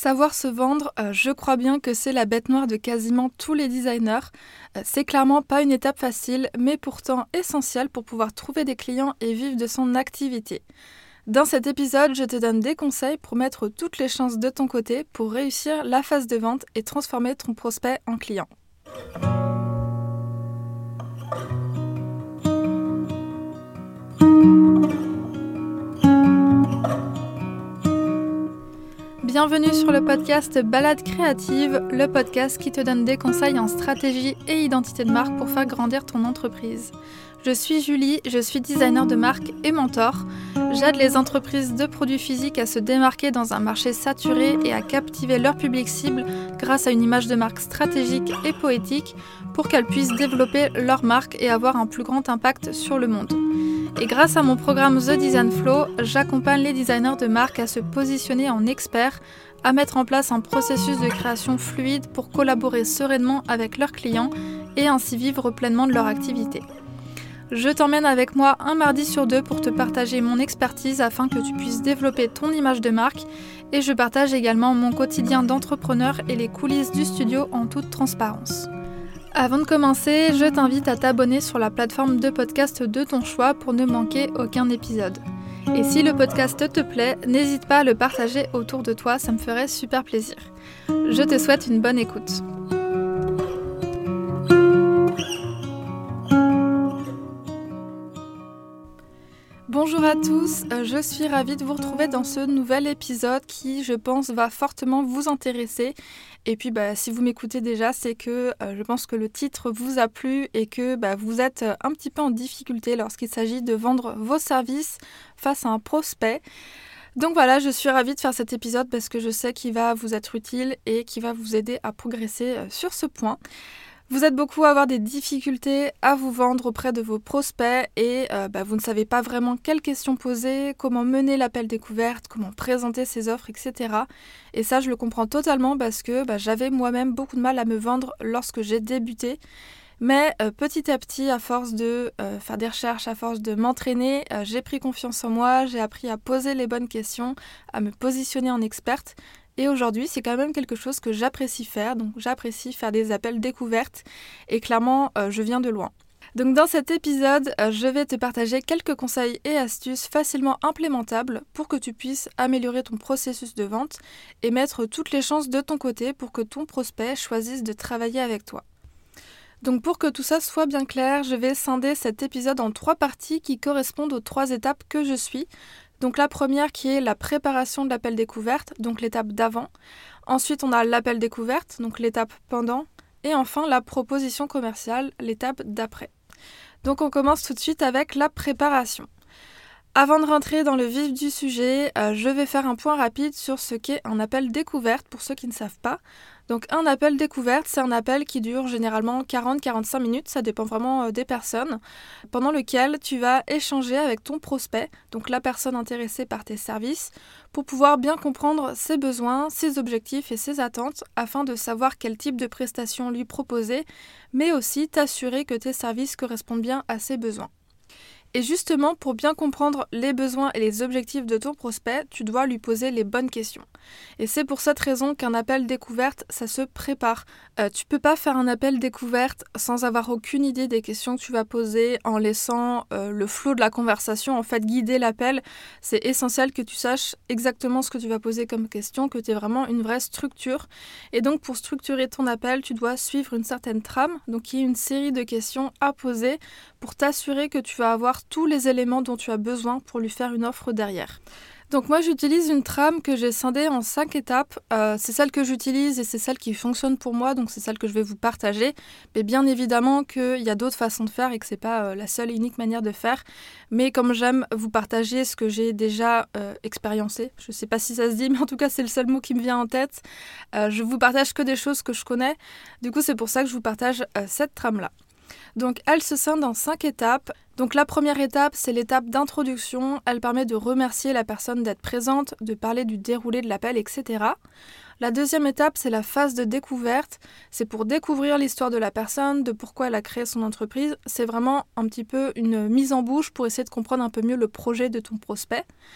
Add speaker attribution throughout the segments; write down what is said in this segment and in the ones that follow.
Speaker 1: Savoir se vendre, je crois bien que c'est la bête noire de quasiment tous les designers. C'est clairement pas une étape facile, mais pourtant essentielle pour pouvoir trouver des clients et vivre de son activité. Dans cet épisode, je te donne des conseils pour mettre toutes les chances de ton côté pour réussir la phase de vente et transformer ton prospect en client. Bienvenue sur le podcast Balade créative, le podcast qui te donne des conseils en stratégie et identité de marque pour faire grandir ton entreprise. Je suis Julie, je suis designer de marque et mentor. J'aide les entreprises de produits physiques à se démarquer dans un marché saturé et à captiver leur public cible grâce à une image de marque stratégique et poétique pour qu'elles puissent développer leur marque et avoir un plus grand impact sur le monde. Et grâce à mon programme The Design Flow, j'accompagne les designers de marque à se positionner en experts, à mettre en place un processus de création fluide pour collaborer sereinement avec leurs clients et ainsi vivre pleinement de leur activité. Je t'emmène avec moi un mardi sur deux pour te partager mon expertise afin que tu puisses développer ton image de marque et je partage également mon quotidien d'entrepreneur et les coulisses du studio en toute transparence. Avant de commencer, je t'invite à t'abonner sur la plateforme de podcast de ton choix pour ne manquer aucun épisode. Et si le podcast te plaît, n'hésite pas à le partager autour de toi, ça me ferait super plaisir. Je te souhaite une bonne écoute. Bonjour à tous, je suis ravie de vous retrouver dans ce nouvel épisode qui, je pense, va fortement vous intéresser. Et puis, si vous m'écoutez déjà, c'est que je pense que le titre vous a plu et que vous êtes un petit peu en difficulté lorsqu'il s'agit de vendre vos services face à un prospect. Donc voilà, je suis ravie de faire cet épisode parce que je sais qu'il va vous être utile et qu'il va vous aider à progresser sur ce point. Vous êtes beaucoup à avoir des difficultés à vous vendre auprès de vos prospects et vous ne savez pas vraiment quelles questions poser, comment mener l'appel découverte, comment présenter ses offres, etc. Et ça, je le comprends totalement parce que j'avais moi-même beaucoup de mal à me vendre lorsque j'ai débuté. Mais petit à petit, à force de faire des recherches, à force de m'entraîner, j'ai pris confiance en moi, j'ai appris à poser les bonnes questions, à me positionner en experte. Et aujourd'hui, c'est quand même quelque chose que j'apprécie faire. Donc j'apprécie faire des appels découvertes et clairement, je viens de loin. Donc dans cet épisode, je vais te partager quelques conseils et astuces facilement implémentables pour que tu puisses améliorer ton processus de vente et mettre toutes les chances de ton côté pour que ton prospect choisisse de travailler avec toi. Donc pour que tout ça soit bien clair, je vais scinder cet épisode en 3 parties qui correspondent aux 3 étapes que je suis. Donc la première qui est la préparation de l'appel découverte, donc l'étape d'avant. Ensuite on a l'appel découverte, donc l'étape pendant. Et enfin la proposition commerciale, l'étape d'après. Donc on commence tout de suite avec la préparation. Avant de rentrer dans le vif du sujet, je vais faire un point rapide sur ce qu'est un appel découverte pour ceux qui ne savent pas. Donc un appel découverte, c'est un appel qui dure généralement 40-45 minutes, ça dépend vraiment des personnes, pendant lequel tu vas échanger avec ton prospect, donc la personne intéressée par tes services, pour pouvoir bien comprendre ses besoins, ses objectifs et ses attentes, afin de savoir quel type de prestation lui proposer, mais aussi t'assurer que tes services correspondent bien à ses besoins. Et justement, pour bien comprendre les besoins et les objectifs de ton prospect, tu dois lui poser les bonnes questions. Et c'est pour cette raison qu'un appel découverte, ça se prépare. Tu peux pas faire un appel découverte sans avoir aucune idée des questions que tu vas poser, en laissant le flot de la conversation en fait guider l'appel. C'est essentiel que tu saches exactement ce que tu vas poser comme question, que tu aies vraiment une vraie structure. Et donc pour structurer ton appel, tu dois suivre une certaine trame, donc il y a une série de questions à poser pour t'assurer que tu vas avoir tous les éléments dont tu as besoin pour lui faire une offre derrière. Donc moi j'utilise une trame que j'ai scindée en 5 étapes, c'est celle que j'utilise et c'est celle qui fonctionne pour moi, donc c'est celle que je vais vous partager. Mais bien évidemment qu'il y a d'autres façons de faire et que c'est pas la seule et unique manière de faire. Mais comme j'aime vous partager ce que j'ai déjà expériencé, je sais pas si ça se dit, mais en tout cas c'est le seul mot qui me vient en tête, je vous partage que des choses que je connais, du coup c'est pour ça que je vous partage cette trame-là. Donc elle se scinde en 5 étapes. Donc la première étape, c'est l'étape d'introduction. Elle permet de remercier la personne d'être présente, de parler du déroulé de l'appel, etc. La deuxième étape, c'est la phase de découverte. C'est pour découvrir l'histoire de la personne, de pourquoi elle a créé son entreprise. C'est vraiment un petit peu une mise en bouche pour essayer de comprendre un peu mieux le projet de ton prospect.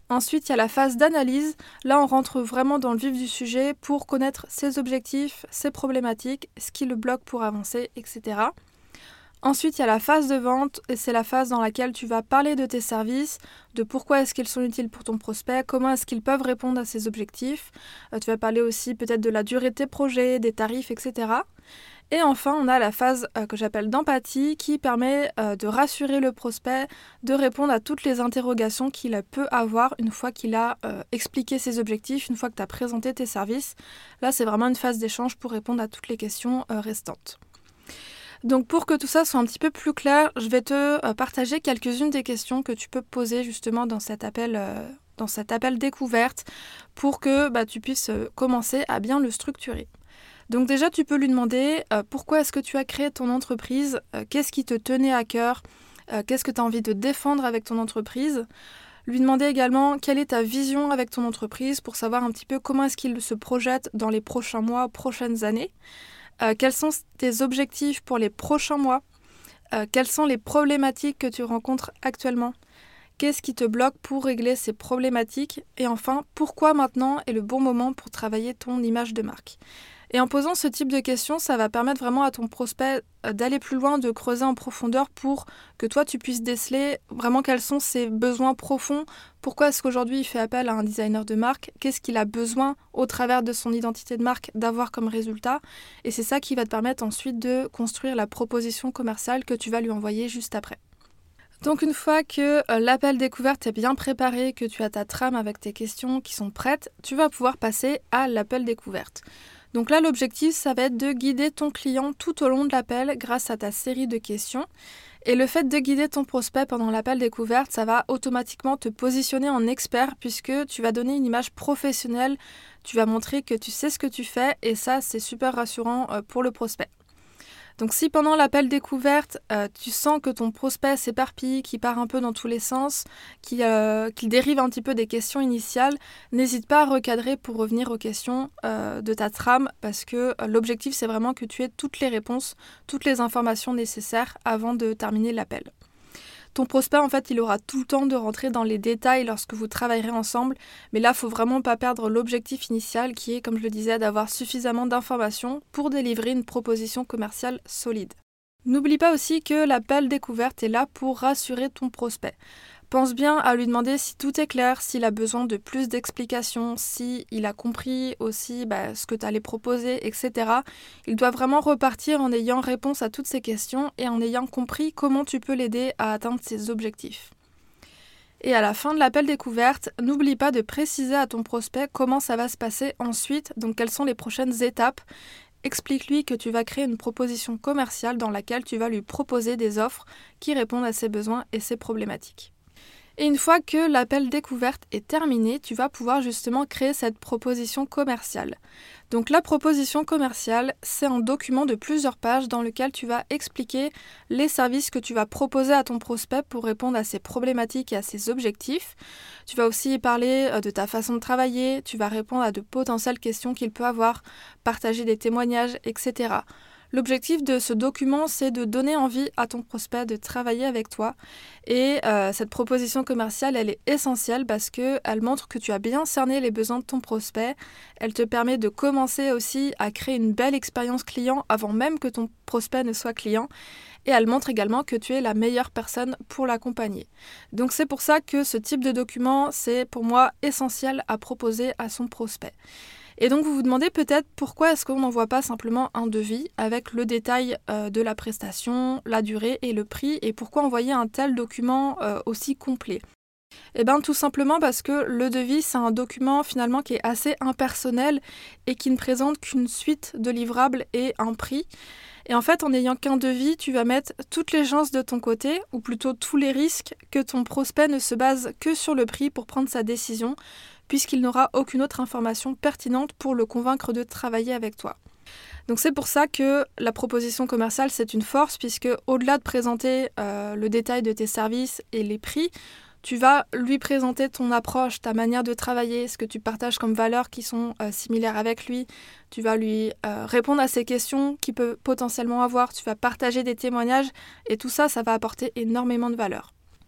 Speaker 1: Ensuite, il y a la phase d'analyse. Là, on rentre vraiment dans le vif du sujet pour connaître ses objectifs, ses problématiques, ce qui le bloque pour avancer, etc. Ensuite, il y a la phase de vente, et c'est la phase dans laquelle tu vas parler de tes services, de pourquoi est-ce qu'ils sont utiles pour ton prospect, comment est-ce qu'ils peuvent répondre à ses objectifs. Tu vas parler aussi peut-être de la durée de tes projets, des tarifs, etc. Et enfin, on a la phase que j'appelle d'empathie qui permet de rassurer le prospect, de répondre à toutes les interrogations qu'il peut avoir une fois qu'il a expliqué ses objectifs, une fois que tu as présenté tes services. Là, c'est vraiment une phase d'échange pour répondre à toutes les questions restantes. Donc pour que tout ça soit un petit peu plus clair, je vais te partager quelques-unes des questions que tu peux poser justement dans cet appel découverte pour que tu puisses commencer à bien le structurer. Donc déjà, tu peux lui demander pourquoi est-ce que tu as créé ton entreprise, qu'est-ce qui te tenait à cœur, qu'est-ce que tu as envie de défendre avec ton entreprise. Lui demander également quelle est ta vision avec ton entreprise pour savoir un petit peu comment est-ce qu'il se projette dans les prochains mois, prochaines années. Quels sont tes objectifs pour les prochains mois? Quelles sont les problématiques que tu rencontres actuellement? Qu'est-ce qui te bloque pour régler ces problématiques? Et enfin, pourquoi maintenant est le bon moment pour travailler ton image de marque? Et en posant ce type de questions, ça va permettre vraiment à ton prospect d'aller plus loin, de creuser en profondeur pour que toi, tu puisses déceler vraiment quels sont ses besoins profonds. Pourquoi est-ce qu'aujourd'hui, il fait appel à un designer de marque? Qu'est-ce qu'il a besoin, au travers de son identité de marque, d'avoir comme résultat? Et c'est ça qui va te permettre ensuite de construire la proposition commerciale que tu vas lui envoyer juste après. Donc une fois que l'appel découverte est bien préparé, que tu as ta trame avec tes questions qui sont prêtes, tu vas pouvoir passer à l'appel découverte. Donc là, l'objectif, ça va être de guider ton client tout au long de l'appel grâce à ta série de questions. Et le fait de guider ton prospect pendant l'appel découverte, ça va automatiquement te positionner en expert puisque tu vas donner une image professionnelle, tu vas montrer que tu sais ce que tu fais et ça, c'est super rassurant pour le prospect. Donc si pendant l'appel découverte, tu sens que ton prospect s'éparpille, qu'il part un peu dans tous les sens, qu'il dérive un petit peu des questions initiales, n'hésite pas à recadrer pour revenir aux questions de ta trame parce que l'objectif c'est vraiment que tu aies toutes les réponses, toutes les informations nécessaires avant de terminer l'appel. Ton prospect, en fait, il aura tout le temps de rentrer dans les détails lorsque vous travaillerez ensemble, mais là, il ne faut vraiment pas perdre l'objectif initial qui est, comme je le disais, d'avoir suffisamment d'informations pour délivrer une proposition commerciale solide. N'oublie pas aussi que l'appel découverte est là pour rassurer ton prospect. Pense bien à lui demander si tout est clair, s'il a besoin de plus d'explications, s'il a compris aussi ce que tu allais proposer, etc. Il doit vraiment repartir en ayant réponse à toutes ces questions et en ayant compris comment tu peux l'aider à atteindre ses objectifs. Et à la fin de l'appel découverte, n'oublie pas de préciser à ton prospect comment ça va se passer ensuite, donc quelles sont les prochaines étapes. Explique-lui que tu vas créer une proposition commerciale dans laquelle tu vas lui proposer des offres qui répondent à ses besoins et ses problématiques. Et une fois que l'appel découverte est terminé, tu vas pouvoir justement créer cette proposition commerciale. Donc la proposition commerciale, c'est un document de plusieurs pages dans lequel tu vas expliquer les services que tu vas proposer à ton prospect pour répondre à ses problématiques et à ses objectifs. Tu vas aussi parler de ta façon de travailler, tu vas répondre à de potentielles questions qu'il peut avoir, partager des témoignages, etc. L'objectif de ce document, c'est de donner envie à ton prospect de travailler avec toi. Et cette proposition commerciale, elle est essentielle parce qu'elle montre que tu as bien cerné les besoins de ton prospect. Elle te permet de commencer aussi à créer une belle expérience client avant même que ton prospect ne soit client. Et elle montre également que tu es la meilleure personne pour l'accompagner. Donc c'est pour ça que ce type de document, c'est pour moi essentiel à proposer à son prospect. Et donc vous vous demandez peut-être pourquoi est-ce qu'on n'envoie pas simplement un devis avec le détail de la prestation, la durée et le prix, et pourquoi envoyer un tel document aussi complet? Eh bien tout simplement parce que le devis c'est un document finalement qui est assez impersonnel et qui ne présente qu'une suite de livrables et un prix. Et en fait en n'ayant qu'un devis, tu vas mettre toutes les chances de ton côté, ou plutôt tous les risques que ton prospect ne se base que sur le prix pour prendre sa décision, puisqu'il n'aura aucune autre information pertinente pour le convaincre de travailler avec toi. Donc c'est pour ça que la proposition commerciale, c'est une force, puisque au-delà de présenter le détail de tes services et les prix, tu vas lui présenter ton approche, ta manière de travailler, ce que tu partages comme valeurs qui sont similaires avec lui. Tu vas lui répondre à ses questions qu'il peut potentiellement avoir. Tu vas partager des témoignages et tout ça, ça va apporter énormément de valeur.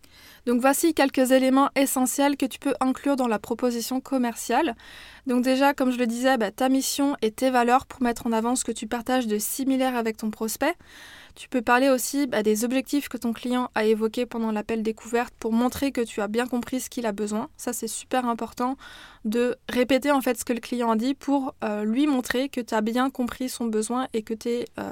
Speaker 1: Donc voici quelques éléments essentiels que tu peux inclure dans la proposition commerciale. Donc déjà, comme je le disais, ta mission et tes valeurs pour mettre en avant ce que tu partages de similaire avec ton prospect. Tu peux parler aussi des objectifs que ton client a évoqués pendant l'appel découverte pour montrer que tu as bien compris ce qu'il a besoin. Ça, c'est super important de répéter en fait ce que le client a dit pour lui montrer que tu as bien compris son besoin et que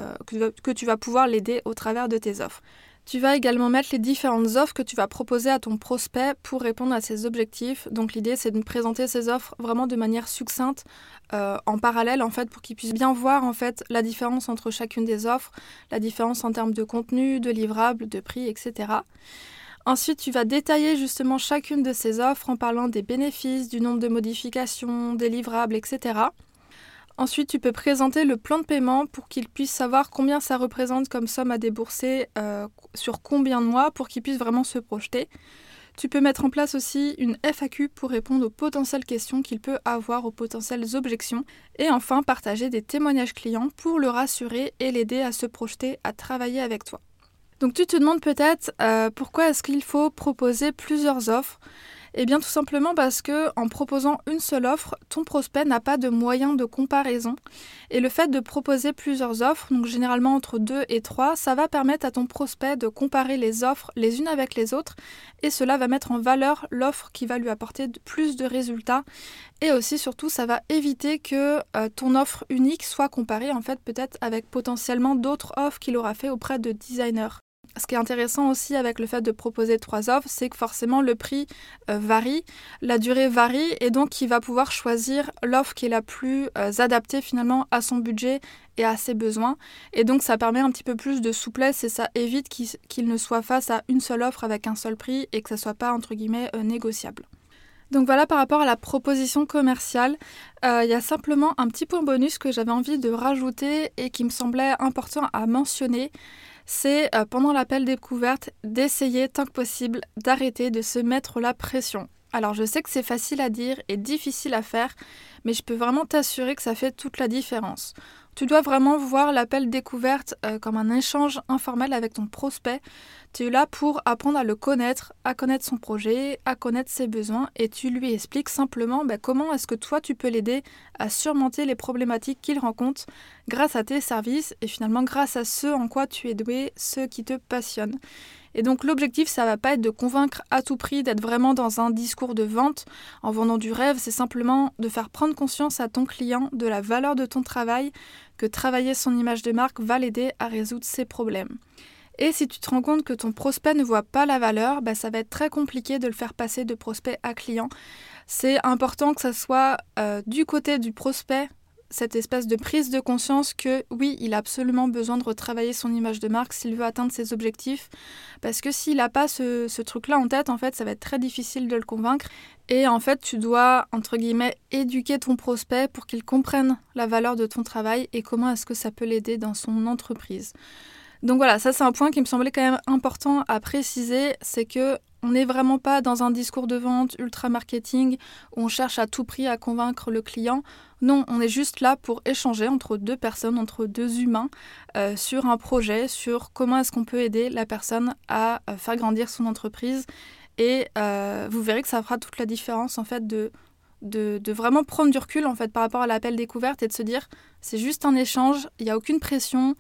Speaker 1: tu vas pouvoir l'aider au travers de tes offres. Tu vas également mettre les différentes offres que tu vas proposer à ton prospect pour répondre à ses objectifs. Donc l'idée, c'est de présenter ces offres vraiment de manière succincte, en parallèle en fait, pour qu'il puisse bien voir en fait la différence entre chacune des offres, la différence en termes de contenu, de livrables, de prix, etc. Ensuite, tu vas détailler justement chacune de ces offres en parlant des bénéfices, du nombre de modifications, des livrables, etc. Ensuite, tu peux présenter le plan de paiement pour qu'il puisse savoir combien ça représente comme somme à débourser sur combien de mois pour qu'il puisse vraiment se projeter. Tu peux mettre en place aussi une FAQ pour répondre aux potentielles questions qu'il peut avoir, aux potentielles objections. Et enfin, partager des témoignages clients pour le rassurer et l'aider à se projeter, à travailler avec toi. Donc tu te demandes peut-être pourquoi est-ce qu'il faut proposer plusieurs offres ? Eh bien tout simplement parce que en proposant une seule offre, ton prospect n'a pas de moyen de comparaison. Et le fait de proposer plusieurs offres, donc généralement entre 2 et 3, ça va permettre à ton prospect de comparer les offres les unes avec les autres. Et cela va mettre en valeur l'offre qui va lui apporter plus de résultats. Et aussi surtout, ça va éviter que ton offre unique soit comparée en fait peut-être avec potentiellement d'autres offres qu'il aura fait auprès de designers. Ce qui est intéressant aussi avec le fait de proposer 3 offres, c'est que forcément le prix varie, la durée varie et donc il va pouvoir choisir l'offre qui est la plus adaptée finalement à son budget et à ses besoins. Et donc ça permet un petit peu plus de souplesse et ça évite qu'il ne soit face à une seule offre avec un seul prix et que ça ne soit pas entre guillemets négociable. Donc voilà par rapport à la proposition commerciale, il y a simplement un petit point bonus que j'avais envie de rajouter et qui me semblait important à mentionner. C'est pendant l'appel découverte d'essayer tant que possible d'arrêter de se mettre la pression. Alors je sais que c'est facile à dire et difficile à faire, mais je peux vraiment t'assurer que ça fait toute la différence. Tu dois vraiment voir l'appel découverte comme un échange informel avec ton prospect. Tu es là pour apprendre à le connaître, à connaître son projet, à connaître ses besoins et tu lui expliques simplement comment est-ce que toi tu peux l'aider à surmonter les problématiques qu'il rencontre grâce à tes services et finalement grâce à ce en quoi tu es doué, ce qui te passionne. Et donc l'objectif, ça va pas être de convaincre à tout prix, d'être vraiment dans un discours de vente en vendant du rêve, c'est simplement de faire prendre conscience à ton client de la valeur de ton travail, que travailler son image de marque va l'aider à résoudre ses problèmes. Et si tu te rends compte que ton prospect ne voit pas la valeur, ça va être très compliqué de le faire passer de prospect à client. C'est important que ça soit du côté du prospect, cette espèce de prise de conscience que oui, il a absolument besoin de retravailler son image de marque s'il veut atteindre ses objectifs. Parce que s'il n'a pas ce truc-là en tête, en fait, ça va être très difficile de le convaincre. Et en fait, tu dois, entre guillemets, éduquer ton prospect pour qu'il comprenne la valeur de ton travail et comment est-ce que ça peut l'aider dans son entreprise. Donc voilà, ça c'est un point qui me semblait quand même important à préciser, c'est que on n'est vraiment pas dans un discours de vente ultra marketing où on cherche à tout prix à convaincre le client. Non, on est juste là pour échanger entre deux personnes, entre deux humains, sur un projet, sur comment est-ce qu'on peut aider la personne à faire grandir son entreprise. Et vous verrez que ça fera toute la différence en fait de vraiment prendre du recul en fait par rapport à l'appel découverte et de se dire c'est juste un échange, il n'y a aucune pression.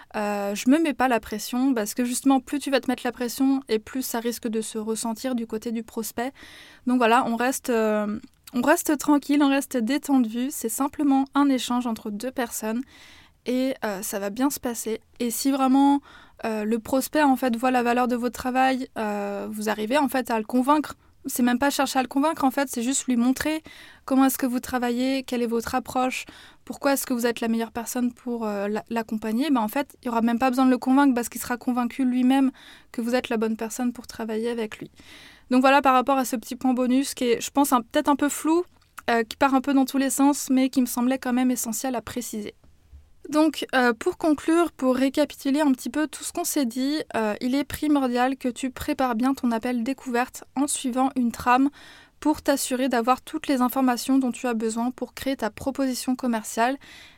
Speaker 1: Je me mets pas la pression parce que justement plus tu vas te mettre la pression et plus ça risque de se ressentir du côté du prospect. Donc voilà, on reste tranquille, on reste détendu. C'est simplement un échange entre deux personnes et ça va bien se passer. Et si vraiment le prospect en fait voit la valeur de votre travail, vous arrivez en fait à le convaincre. C'est même pas chercher à le convaincre, en fait, c'est juste lui montrer comment est-ce que vous travaillez, quelle est votre approche, pourquoi est-ce que vous êtes la meilleure personne pour l'accompagner. En fait, il n'y aura même pas besoin de le convaincre parce qu'il sera convaincu lui-même que vous êtes la bonne personne pour travailler avec lui. Donc voilà, par rapport à ce petit point bonus qui est, je pense, peut-être un peu flou, qui part un peu dans tous les sens, mais qui me semblait quand même essentiel à préciser. Donc, pour conclure, pour récapituler un petit peu tout ce qu'on s'est dit, il est primordial que tu prépares bien ton appel découverte en suivant une trame pour t'assurer d'avoir toutes les informations dont tu as besoin pour créer ta proposition commerciale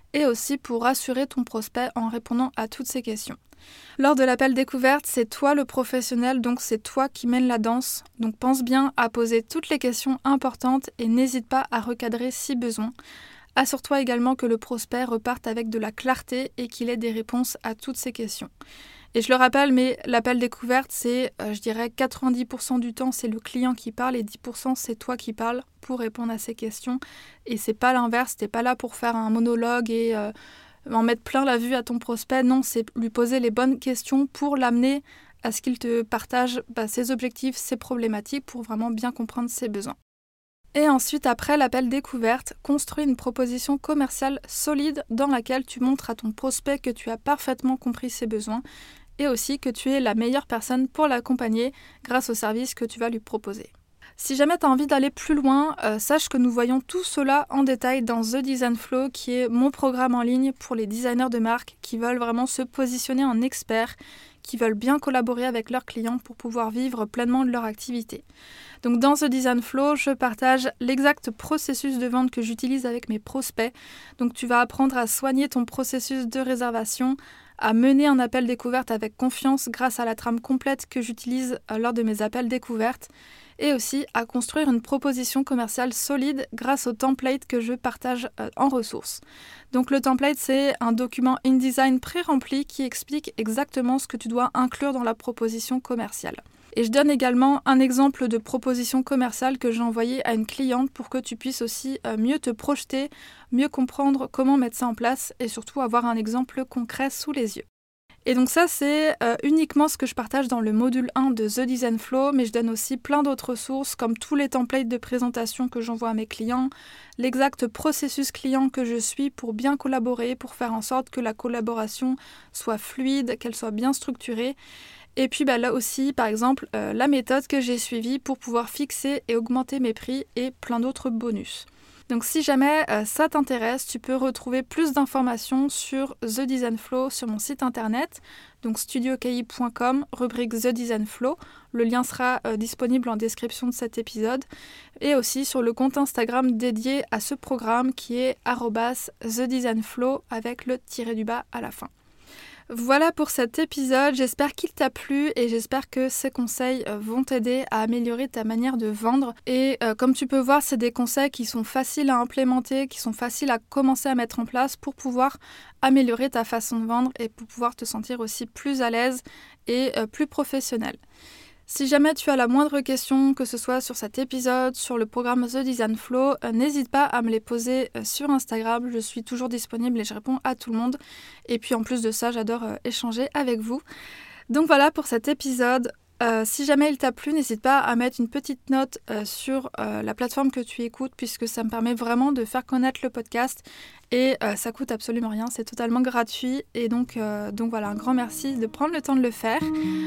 Speaker 1: et aussi pour rassurer ton prospect en répondant à toutes ces questions. Lors de l'appel découverte, c'est toi le professionnel, donc c'est toi qui mène la danse. Donc pense bien à poser toutes les questions importantes et n'hésite pas à recadrer si besoin. Assure-toi également que le prospect reparte avec de la clarté et qu'il ait des réponses à toutes ces questions. Et je le rappelle, mais l'appel découverte, c'est, je dirais, 90% du temps, c'est le client qui parle et 10% c'est toi qui parles pour répondre à ces questions. Et c'est pas l'inverse, t'es pas là pour faire un monologue et en mettre plein la vue à ton prospect. Non, c'est lui poser les bonnes questions pour l'amener à ce qu'il te partage ses objectifs, ses problématiques pour vraiment bien comprendre ses besoins. Et ensuite, après l'appel découverte, construis une proposition commerciale solide dans laquelle tu montres à ton prospect que tu as parfaitement compris ses besoins et aussi que tu es la meilleure personne pour l'accompagner grâce au service que tu vas lui proposer. Si jamais tu as envie d'aller plus loin, sache que nous voyons tout cela en détail dans The Design Flow, qui est mon programme en ligne pour les designers de marque qui veulent vraiment se positionner en experts, qui veulent bien collaborer avec leurs clients pour pouvoir vivre pleinement de leur activité. Donc dans The Design Flow, je partage l'exact processus de vente que j'utilise avec mes prospects. Donc tu vas apprendre à soigner ton processus de réservation, à mener un appel découverte avec confiance grâce à la trame complète que j'utilise lors de mes appels découvertes et aussi à construire une proposition commerciale solide grâce au template que je partage en ressources. Donc le template, c'est un document InDesign pré-rempli qui explique exactement ce que tu dois inclure dans la proposition commerciale. Et je donne également un exemple de proposition commerciale que j'ai envoyé à une cliente pour que tu puisses aussi mieux te projeter, mieux comprendre comment mettre ça en place et surtout avoir un exemple concret sous les yeux. Et donc ça, c'est uniquement ce que je partage dans le module 1 de The Design Flow, mais je donne aussi plein d'autres ressources comme tous les templates de présentation que j'envoie à mes clients, l'exact processus client que je suis pour bien collaborer, pour faire en sorte que la collaboration soit fluide, qu'elle soit bien structurée. Et puis là aussi, par exemple, la méthode que j'ai suivie pour pouvoir fixer et augmenter mes prix et plein d'autres bonus. Donc si jamais ça t'intéresse, tu peux retrouver plus d'informations sur The Design Flow sur mon site internet, donc studioki.com, rubrique The Design Flow. Le lien sera disponible en description de cet épisode et aussi sur le compte Instagram dédié à ce programme qui est @TheDesignFlow avec le tiré-du-bas à la fin. Voilà pour cet épisode, j'espère qu'il t'a plu et j'espère que ces conseils vont t'aider à améliorer ta manière de vendre. Et comme tu peux voir, c'est des conseils qui sont faciles à implémenter, qui sont faciles à commencer à mettre en place pour pouvoir améliorer ta façon de vendre et pour pouvoir te sentir aussi plus à l'aise et plus professionnel. Si jamais tu as la moindre question, que ce soit sur cet épisode, sur le programme The Design Flow, n'hésite pas à me les poser sur Instagram. Je suis toujours disponible et je réponds à tout le monde. Et puis en plus de ça, j'adore échanger avec vous. Donc voilà pour cet épisode. Si jamais il t'a plu, n'hésite pas à mettre une petite note sur la plateforme que tu écoutes puisque ça me permet vraiment de faire connaître le podcast et ça coûte absolument rien, c'est totalement gratuit et donc voilà, un grand merci de prendre le temps de le faire.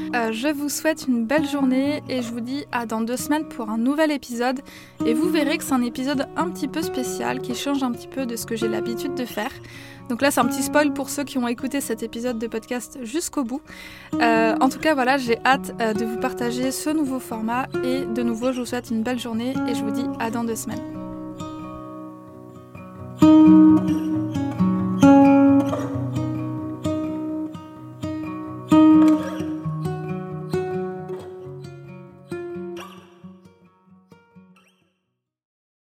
Speaker 1: Je vous souhaite une belle journée et je vous dis à dans 2 semaines pour un nouvel épisode et vous verrez que c'est un épisode un petit peu spécial qui change un petit peu de ce que j'ai l'habitude de faire. Donc là, c'est un petit spoil pour ceux qui ont écouté cet épisode de podcast jusqu'au bout. En tout cas, voilà, j'ai hâte de vous partager ce nouveau format. Et de nouveau, je vous souhaite une belle journée et je vous dis à dans 2 semaines.